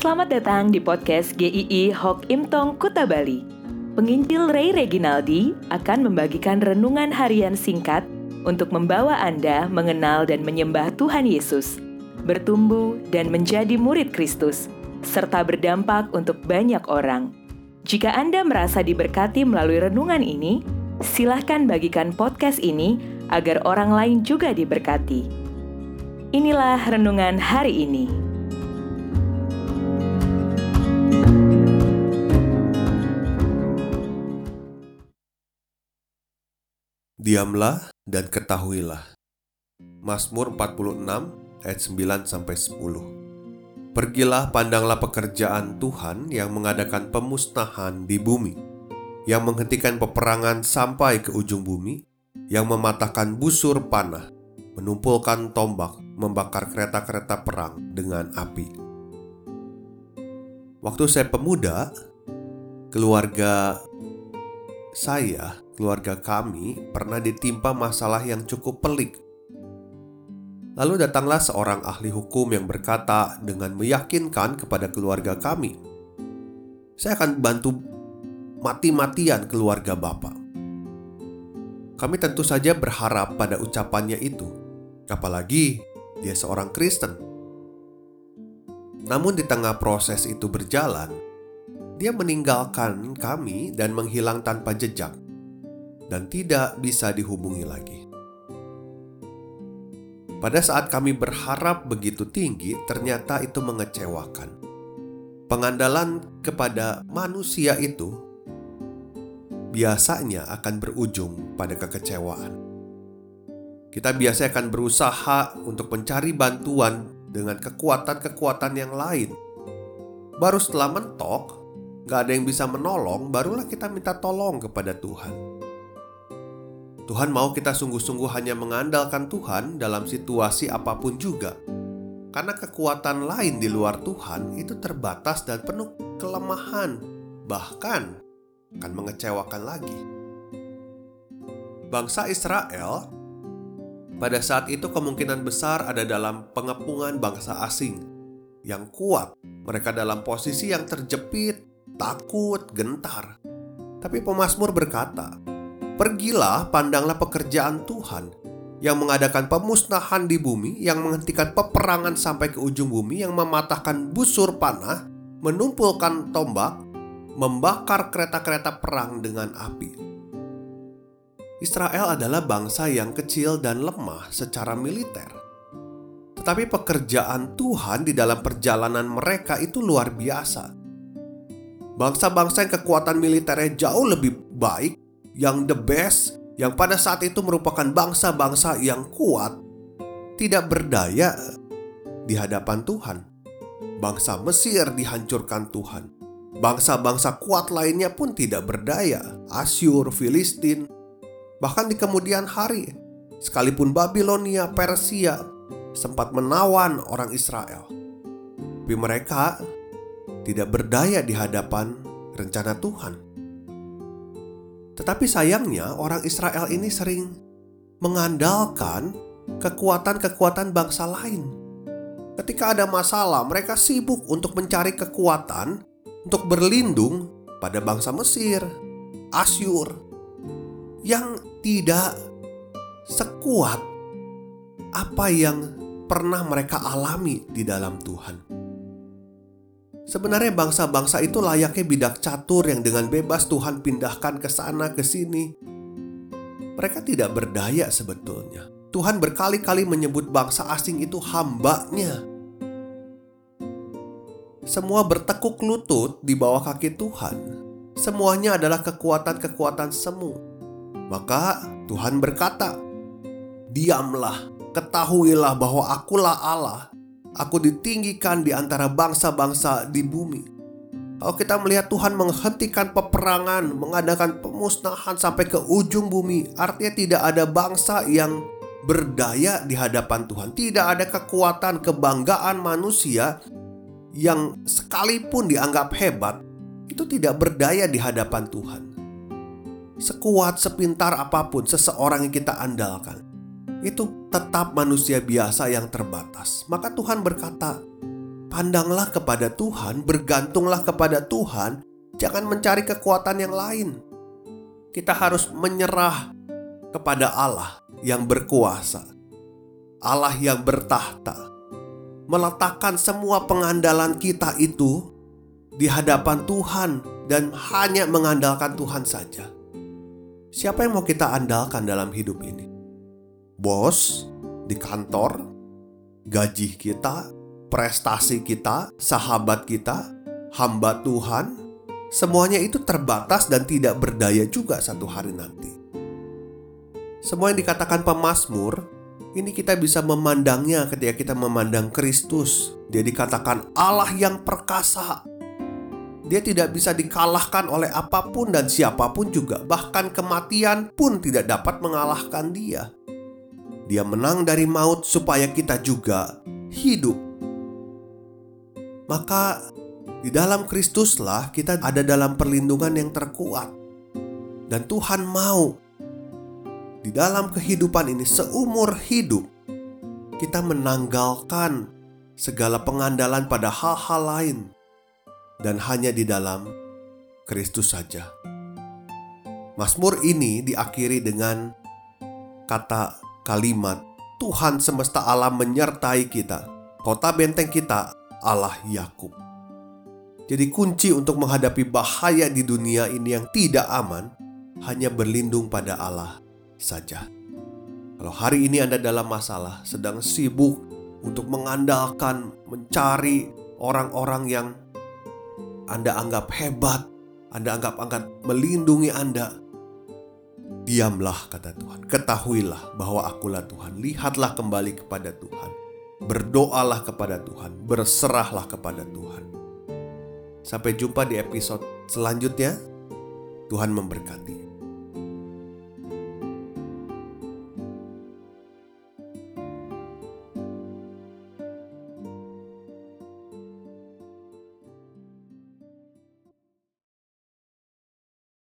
Selamat datang di podcast GII Hok Im Tong Kuta Bali. Penginjil Ray Reginaldi akan membagikan renungan harian singkat untuk membawa Anda mengenal dan menyembah Tuhan Yesus, bertumbuh dan menjadi murid Kristus, serta berdampak untuk banyak orang. Jika Anda merasa diberkati melalui renungan ini, silahkan bagikan podcast ini agar orang lain juga diberkati. Inilah renungan hari ini. Diamlah dan ketahuilah. Mazmur 46 ayat 9-10. Pergilah, pandanglah pekerjaan Tuhan yang mengadakan pemusnahan di bumi, yang menghentikan peperangan sampai ke ujung bumi, yang mematahkan busur panah, menumpulkan tombak, membakar kereta-kereta perang dengan api. Waktu saya pemuda, keluarga kami pernah ditimpa masalah yang cukup pelik. Lalu datanglah seorang ahli hukum yang berkata dengan meyakinkan kepada keluarga kami, "Saya akan bantu mati-matian keluarga Bapak." Kami tentu saja berharap pada ucapannya itu, apalagi dia seorang Kristen. Namun di tengah proses itu berjalan, dia meninggalkan kami dan menghilang tanpa jejak, dan tidak bisa dihubungi lagi. Pada saat kami berharap begitu tinggi, ternyata itu mengecewakan. Pengandalan kepada manusia itu biasanya akan berujung pada kekecewaan. Kita biasanya akan berusaha untuk mencari bantuan dengan kekuatan-kekuatan yang lain. Baru setelah mentok, gak ada yang bisa menolong, barulah kita minta tolong kepada Tuhan. Tuhan mau kita sungguh-sungguh hanya mengandalkan Tuhan dalam situasi apapun juga. Karena kekuatan lain di luar Tuhan itu terbatas dan penuh kelemahan, bahkan akan mengecewakan lagi. Bangsa Israel pada saat itu kemungkinan besar ada dalam pengepungan bangsa asing yang kuat. Mereka dalam posisi yang terjepit, takut, gentar. Tapi pemazmur berkata, "Pergilah, pandanglah pekerjaan Tuhan yang mengadakan pemusnahan di bumi, yang menghentikan peperangan sampai ke ujung bumi, yang mematahkan busur panah, menumpulkan tombak, membakar kereta-kereta perang dengan api." Israel adalah bangsa yang kecil dan lemah secara militer. Tetapi pekerjaan Tuhan di dalam perjalanan mereka itu luar biasa. Bangsa-bangsa yang kekuatan militernya jauh lebih baik, yang the best, yang pada saat itu merupakan bangsa-bangsa yang kuat, tidak berdaya di hadapan Tuhan. Bangsa Mesir dihancurkan Tuhan. Bangsa-bangsa kuat lainnya pun tidak berdaya. Asyur, Filistin, bahkan di kemudian hari, sekalipun Babilonia, Persia sempat menawan orang Israel, tapi mereka tidak berdaya di hadapan rencana Tuhan. Tetapi sayangnya orang Israel ini sering mengandalkan kekuatan-kekuatan bangsa lain. Ketika ada masalah, mereka sibuk untuk mencari kekuatan untuk berlindung pada bangsa Mesir, Asyur, yang tidak sekuat apa yang pernah mereka alami di dalam Tuhan. Sebenarnya bangsa-bangsa itu layaknya bidak catur yang dengan bebas Tuhan pindahkan ke sana ke sini. Mereka tidak berdaya sebetulnya. Tuhan berkali-kali menyebut bangsa asing itu hamba-Nya. Semua bertekuk lutut di bawah kaki Tuhan. Semuanya adalah kekuatan-kekuatan semu. Maka Tuhan berkata, "Diamlah, ketahuilah bahwa Akulah Allah. Aku ditinggikan di antara bangsa-bangsa di bumi." Kalau kita melihat Tuhan menghentikan peperangan, mengadakan pemusnahan sampai ke ujung bumi, artinya tidak ada bangsa yang berdaya di hadapan Tuhan. Tidak ada kekuatan, kebanggaan manusia yang sekalipun dianggap hebat, itu tidak berdaya di hadapan Tuhan. Sekuat, sepintar apapun seseorang yang kita andalkan, itu tetap manusia biasa yang terbatas. Maka Tuhan berkata, Pandanglah kepada Tuhan, bergantunglah kepada Tuhan, jangan mencari kekuatan yang lain. Kita harus menyerah kepada Allah yang berkuasa, Allah yang bertahta. Meletakkan semua pengandalan kita itu di hadapan Tuhan dan hanya mengandalkan Tuhan saja. Siapa yang mau kita andalkan dalam hidup ini? Bos di kantor, gaji kita, prestasi kita, sahabat kita, hamba Tuhan, semuanya itu terbatas dan tidak berdaya juga satu hari nanti. Semua yang dikatakan pemazmur, ini kita bisa memandangnya ketika kita memandang Kristus. Dia dikatakan Allah yang perkasa. Dia tidak bisa dikalahkan oleh apapun dan siapapun juga. Bahkan kematian pun tidak dapat mengalahkan dia. Dia menang dari maut supaya kita juga hidup. Maka di dalam Kristuslah kita ada dalam perlindungan yang terkuat. Dan Tuhan mau di dalam kehidupan ini seumur hidup kita menanggalkan segala pengandalan pada hal-hal lain dan hanya di dalam Kristus saja. Mazmur ini diakhiri dengan kalimat Tuhan semesta alam menyertai kita, kota benteng kita Allah Yakub. Jadi kunci untuk menghadapi bahaya di dunia ini yang tidak aman hanya berlindung pada Allah saja. Kalau hari ini Anda dalam masalah, sedang sibuk untuk mengandalkan, mencari orang-orang yang Anda anggap hebat, Anda anggap melindungi Anda, diamlah kata Tuhan. Ketahuilah bahwa akulah Tuhan. Lihatlah kembali kepada Tuhan. Berdoalah kepada Tuhan, berserahlah kepada Tuhan. Sampai jumpa di episode selanjutnya. Tuhan memberkati.